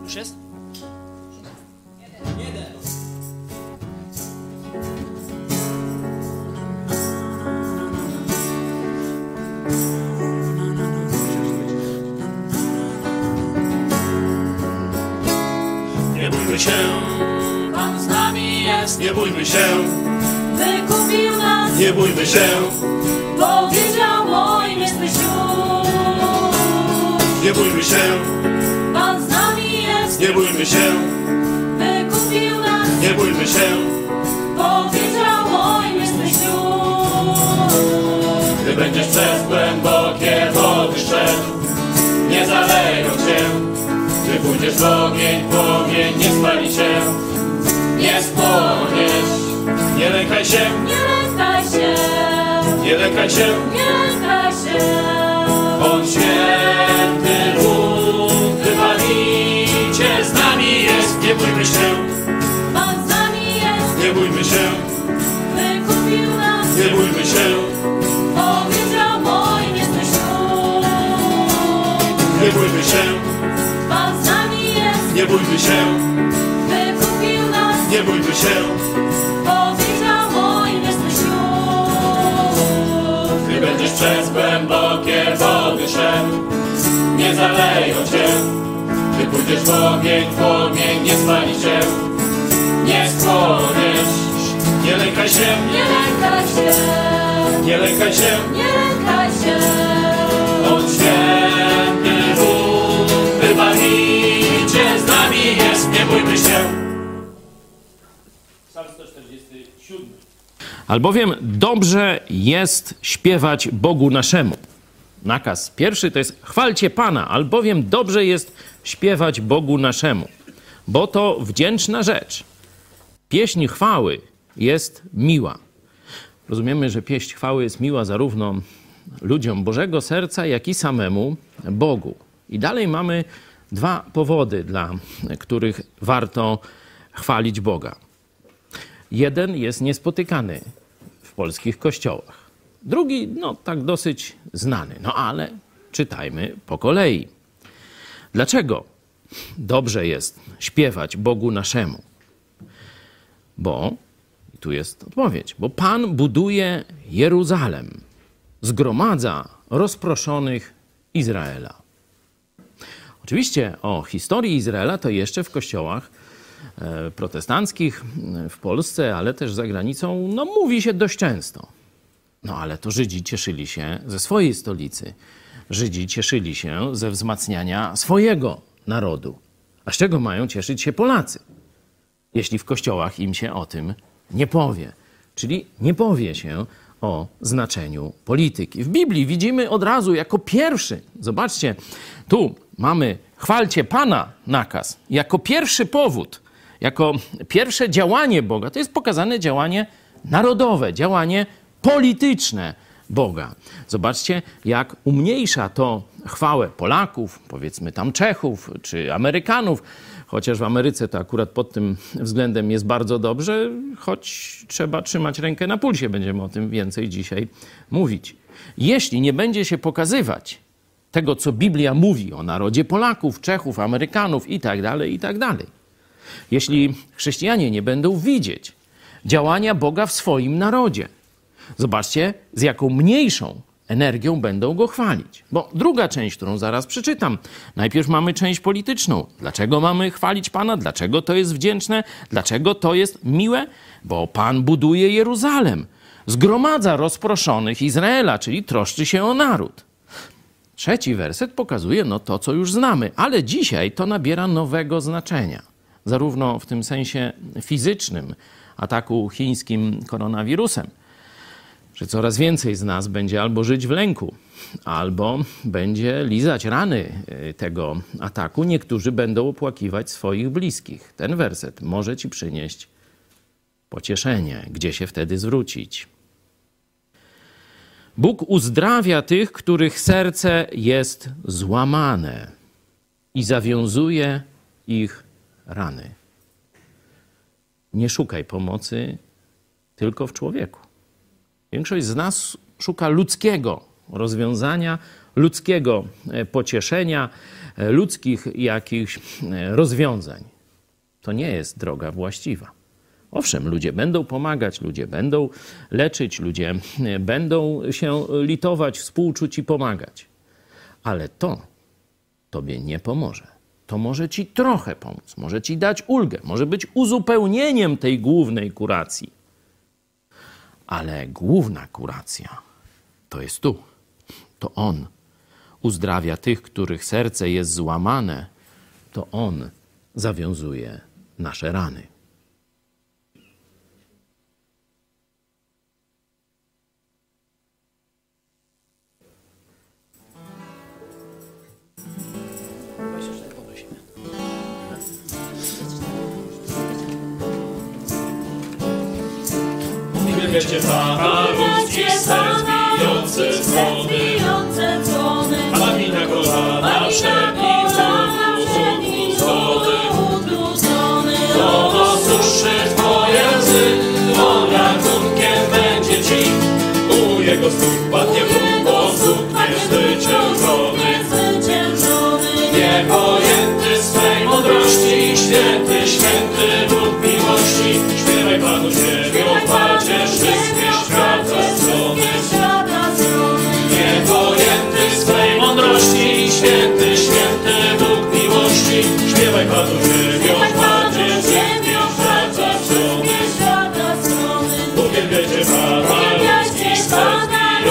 Już jest? Jeden. Nie bójmy się, Pan z nami jest, nie bójmy się, wykupił nas, nie bójmy się, powiedział moim jesteś już. nie bójmy się, Pan z nami jest, nie bójmy się, wykupił nas, nie bójmy się. powiedział moim jesteś już. Gdy będziesz przez głębokie wody szedł, nie zaleją cię. Gdy pójdziesz w ogień, płomień nie spali cię, nie spłoniesz. Nie lękaj się, Nie lękaj się, nie lękaj się. nie lękaj się. On święty lud wybawicie, z nami jest. Nie bójmy się, Pan z nami jest, nie bójmy się, wykupił nas, nie bójmy się, powiedział moim jesteś już. nie bójmy się, Pan z nami jest, nie bójmy się, wykupił nas, nie bójmy się. powiedział moim jesteś już. Gdy będziesz przez głębokie wody szedł, nie zaleją cię. Gdy pójdziesz w ogień, płomień nie spali cię, nie spłoniesz. Nie lękaj się, Nie lękaj się, nie lękaj się. nie lękaj się. On święty lud wybawicie, z nami jest. Nie bójmy się. Psalm 147. Albowiem dobrze jest śpiewać Bogu naszemu. Nakaz pierwszy to jest chwalcie Pana, albowiem dobrze jest śpiewać Bogu naszemu, bo to wdzięczna rzecz. Pieśń chwały jest miła. Rozumiemy, że pieśń chwały jest miła zarówno ludziom Bożego serca, jak i samemu Bogu. I dalej mamy dwa powody, dla których warto chwalić Boga. Jeden jest niespotykany w polskich kościołach. Drugi, no tak dosyć znany. No ale czytajmy po kolei. Dlaczego dobrze jest śpiewać Bogu naszemu? Bo, i tu jest odpowiedź, bo Pan buduje Jeruzalem, zgromadza rozproszonych Izraela. Oczywiście o historii Izraela to jeszcze w kościołach protestanckich w Polsce, ale też za granicą, no mówi się dość często. No ale to Żydzi cieszyli się ze swojej stolicy. Żydzi cieszyli się ze wzmacniania swojego narodu. A z czego mają cieszyć się Polacy, jeśli w kościołach im się o tym nie powie? Czyli nie powie się o znaczeniu polityki. W Biblii widzimy od razu jako pierwszy, zobaczcie, tu mamy chwalcie Pana nakaz, jako pierwszy powód, jako pierwsze działanie Boga, to jest pokazane działanie narodowe, działanie polityczne Boga. Zobaczcie, jak umniejsza to chwałę Polaków, powiedzmy tam Czechów czy Amerykanów, chociaż w Ameryce to akurat pod tym względem jest bardzo dobrze, choć trzeba trzymać rękę na pulsie, będziemy o tym więcej dzisiaj mówić. Jeśli nie będzie się pokazywać tego, co Biblia mówi o narodzie Polaków, Czechów, Amerykanów i tak dalej, jeśli chrześcijanie nie będą widzieć działania Boga w swoim narodzie, zobaczcie, z jaką mniejszą energią będą go chwalić. Bo druga część, którą zaraz przeczytam, najpierw mamy część polityczną. Dlaczego mamy chwalić Pana? Dlaczego to jest wdzięczne? Dlaczego to jest miłe? Bo Pan buduje Jeruzalem, zgromadza rozproszonych Izraela, czyli troszczy się o naród. Trzeci werset pokazuje no to, co już znamy, ale dzisiaj to nabiera nowego znaczenia. Zarówno w tym sensie fizycznym, ataku chińskim koronawirusem, że coraz więcej z nas będzie albo żyć w lęku, albo będzie lizać rany tego ataku. Niektórzy będą opłakiwać swoich bliskich. Ten werset może ci przynieść pocieszenie. Gdzie się wtedy zwrócić? Bóg uzdrawia tych, których serce jest złamane i zawiązuje ich rany. Nie szukaj pomocy tylko w człowieku. Większość z nas szuka ludzkiego rozwiązania ludzkiego pocieszenia, ludzkich jakichś rozwiązań. To nie jest droga właściwa. Owszem, ludzie będą pomagać, ludzie będą leczyć, ludzie będą się litować, współczuć i pomagać. Ale to tobie nie pomoże. To może ci trochę pomóc, może ci dać ulgę, może być uzupełnieniem tej głównej kuracji. Ale główna kuracja to jest tu. To On uzdrawia tych, których serce jest złamane. To On zawiązuje nasze rany. Uwielbiacie Pana, ludzki serc bijące dzwony, Pani na kolana przed Nim utrudzony. Ono suszy Twoje łzy, On ratunkiem będzie Ci. U Jego stóp padnie wróg, bo zniknie zwyciężony. Niepojęty swej mądrości, święty, święty Bóg miłości. Śpiewaj Panu ziemią, chwalcie wszystkie świata strony. Niepojęty swej mądrości, święty, święty Bóg miłości. Śpiewaj Panu ziemią, chwalcie wszystkie świata strony. Uwielbiajcie Pana, ludzki serc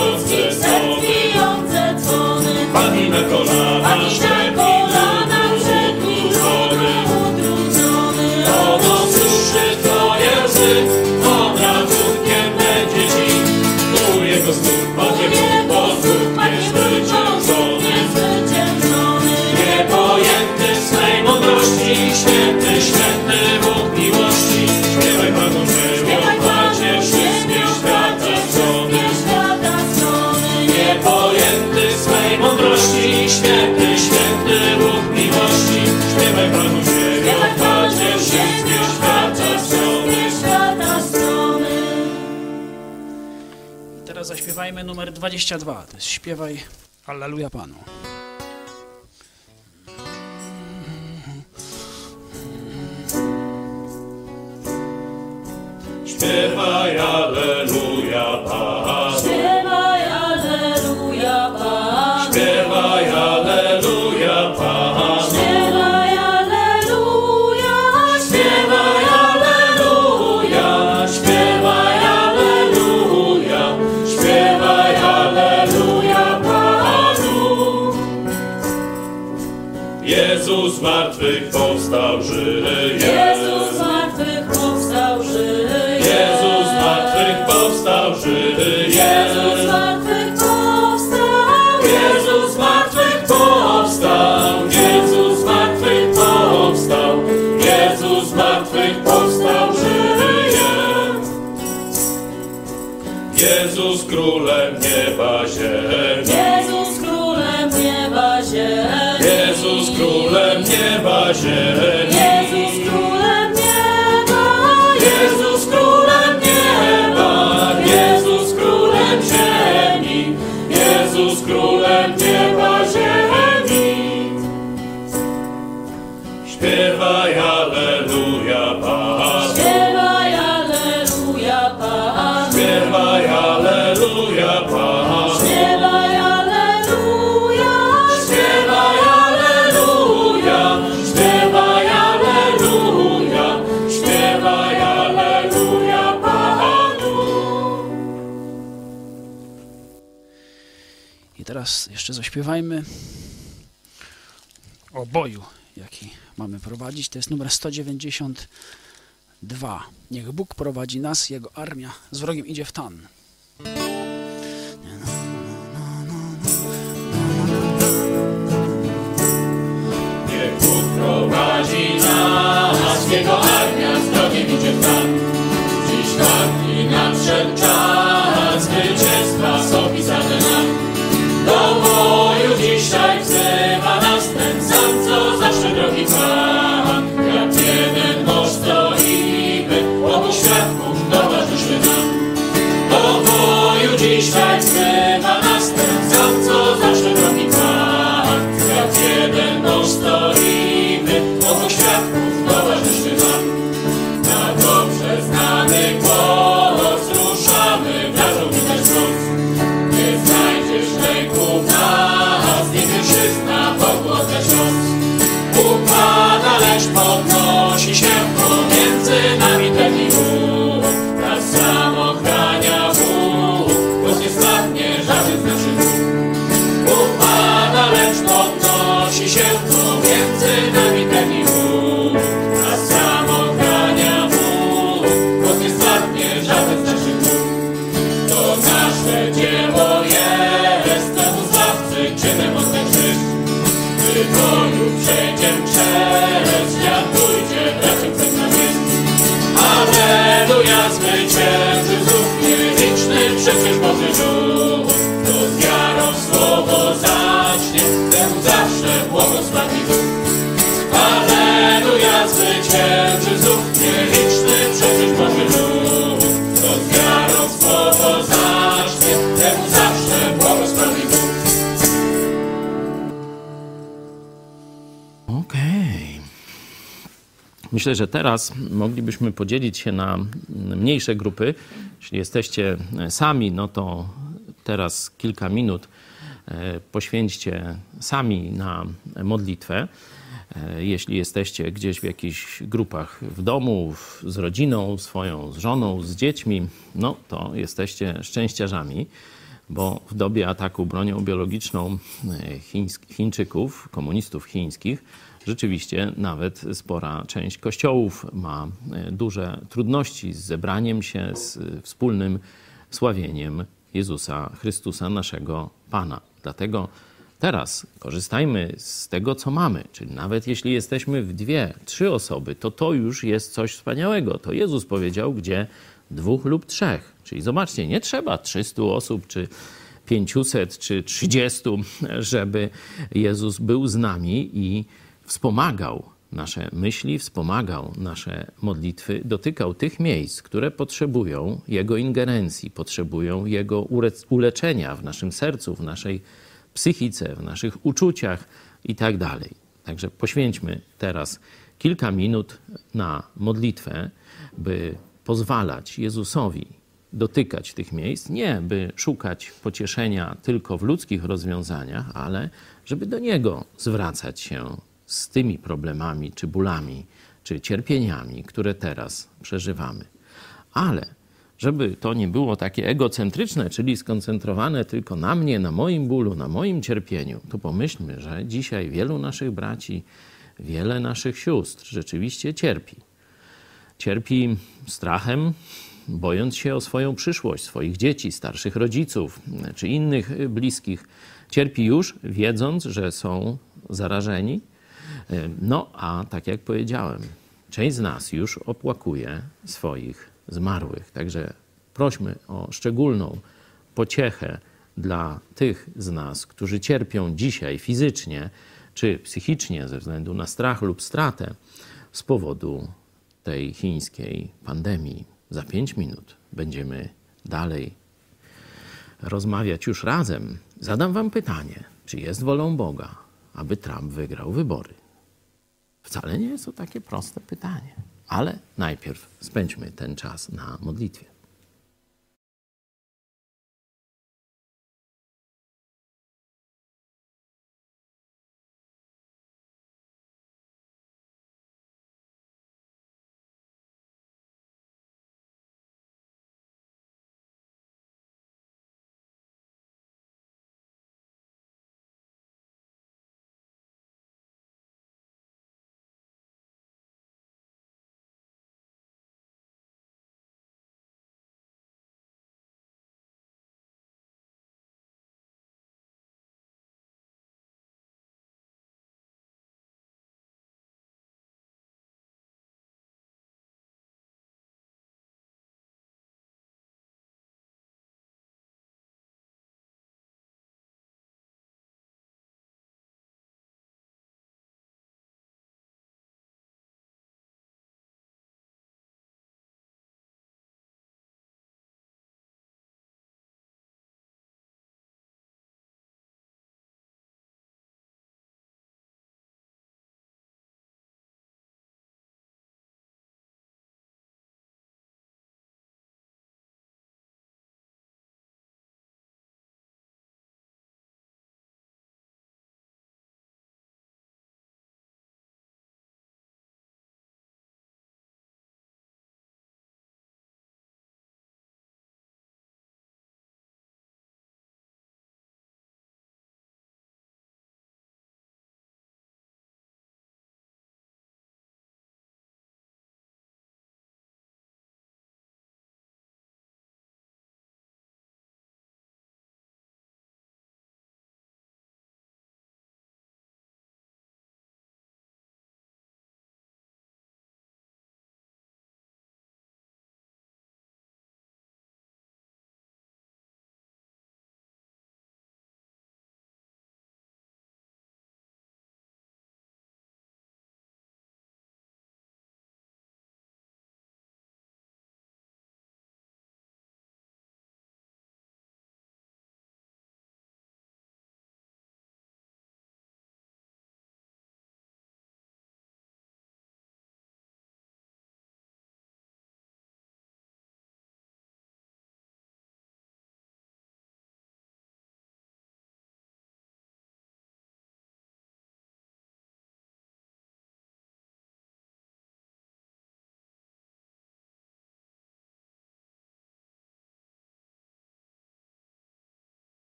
bijące dzwony. Pani na kolana przed Nim utrudzony. Ono suszy Twoje łzy, On ratunkiem będzie Ci. U Jego stóp padnie wróg, bo zniknie zwyciężony. Niepojęty swej mądrości, święty, święty Bóg miłości. Śpiewaj Panu ziemią, chwalcie wszystkie świata strony. Niepojęty swej mądrości, święty, święty Bóg miłości. Śpiewaj Panu ziemią, chwalcie wszystkie świata strony. Teraz zaśpiewajmy numer 22. To jest Śpiewaj Alleluja Panu. Śpiewaj Alleluja Panu. Śpiewaj Alleluja Panu. Śpiewaj Alleluja Panu. Śpiewaj Alleluja. Śpiewaj Alleluja. Śpiewaj Alleluja. Śpiewaj Alleluja Panu. Jezus z martwych powstał, żyje. Jezus z martwych powstał, żyje. Jezus z martwych powstał, żyje. Jezus z martwych powstał. Jezus z martwych powstał. Jezus z martwych powstał. Jezus z martwych powstał, żyje. Jezus królem nieba ziemi. Jezus królem nieba ziemi. Jezus królem nieba ziemi. Jezus królem nieba. Jezus królem nieba. Jezus królem ziemi. Jezus królem nieba ziemi. Śpiewaj Alleluja Pan. Śpiewaj Alleluja Panu. Śpiewaj Alleluja Pan. Śpiewaj Alleluja. Śpiewaj Alleluja. Śpiewaj Alleluja. Śpiewaj Alleluja Panu. I teraz jeszcze zaśpiewajmy o boju, jaki mamy prowadzić. To jest numer 192. Niech Bóg prowadzi nas, Jego armia z wrogiem idzie w tan. Niech Bóg prowadzi nas, Jego armia z drogiem idzie w tam. Dziś tak i nadszedł czas, zwycięstwa są pisane nam. Do boju dzisiaj wzywa nas ten sam, co zawsze drogi Pan. Jak jeden mąż stoimy, obu świadków towarzyszy nam. Do Myślę, że teraz moglibyśmy podzielić się na mniejsze grupy. Jeśli jesteście sami, no to teraz kilka minut poświęćcie sami na modlitwę. Jeśli jesteście gdzieś w jakichś grupach w domu, z rodziną swoją, z żoną, z dziećmi, no to jesteście szczęściarzami, bo w dobie ataku bronią biologiczną Chińczyków, komunistów chińskich, rzeczywiście nawet spora część kościołów ma duże trudności z zebraniem się, z wspólnym sławieniem Jezusa Chrystusa, naszego Pana. Dlatego teraz korzystajmy z tego, co mamy. Czyli nawet jeśli jesteśmy w 2, 3 osoby, to już jest coś wspaniałego. To Jezus powiedział, gdzie 2 lub 3. Czyli zobaczcie, nie trzeba 300 osób, czy 500, czy 30, żeby Jezus był z nami i wspomagał nasze myśli, wspomagał nasze modlitwy, dotykał tych miejsc, które potrzebują Jego ingerencji, potrzebują Jego uleczenia w naszym sercu, w naszej psychice, w naszych uczuciach i tak dalej. Także poświęćmy teraz kilka minut na modlitwę, by pozwalać Jezusowi dotykać tych miejsc, nie by szukać pocieszenia tylko w ludzkich rozwiązaniach, ale żeby do Niego zwracać się z tymi problemami, czy bólami, czy cierpieniami, które teraz przeżywamy. Ale żeby to nie było takie egocentryczne, czyli skoncentrowane tylko na mnie, na moim bólu, na moim cierpieniu, to pomyślmy, że dzisiaj wielu naszych braci, wiele naszych sióstr rzeczywiście cierpi. Cierpi strachem, bojąc się o swoją przyszłość, swoich dzieci, starszych rodziców czy innych bliskich. Cierpi już, wiedząc, że są zarażeni. No a tak jak powiedziałem, część z nas już opłakuje swoich zmarłych. Także prośmy o szczególną pociechę dla tych z nas, którzy cierpią dzisiaj fizycznie czy psychicznie ze względu na strach lub stratę z powodu tej chińskiej pandemii. Za 5 minut będziemy dalej rozmawiać już razem. Zadam wam pytanie, czy jest wolą Boga, aby Trump wygrał wybory? Wcale nie jest to takie proste pytanie, ale najpierw spędźmy ten czas na modlitwie.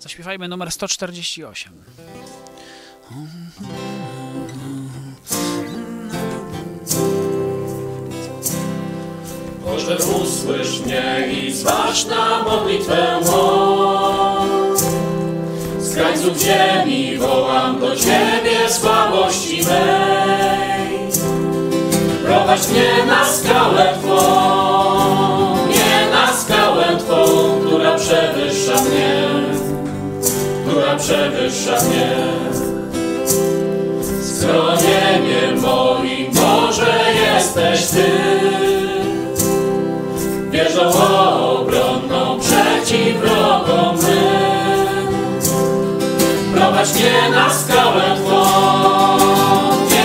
Zaśpiewajmy numer 148. Boże, usłysz mnie i zważ na modlitwę mą. Z krańców ziemi wołam do Ciebie słabości mej. Prowadź mnie na skałę Twą, nie na skałę Twą, która przewyższa mnie, która przewyższa mnie. Schronieniem moim może jesteś Ty, wieżą obronną przeciw wrogom mym. Prowadź mnie na skałę Twą,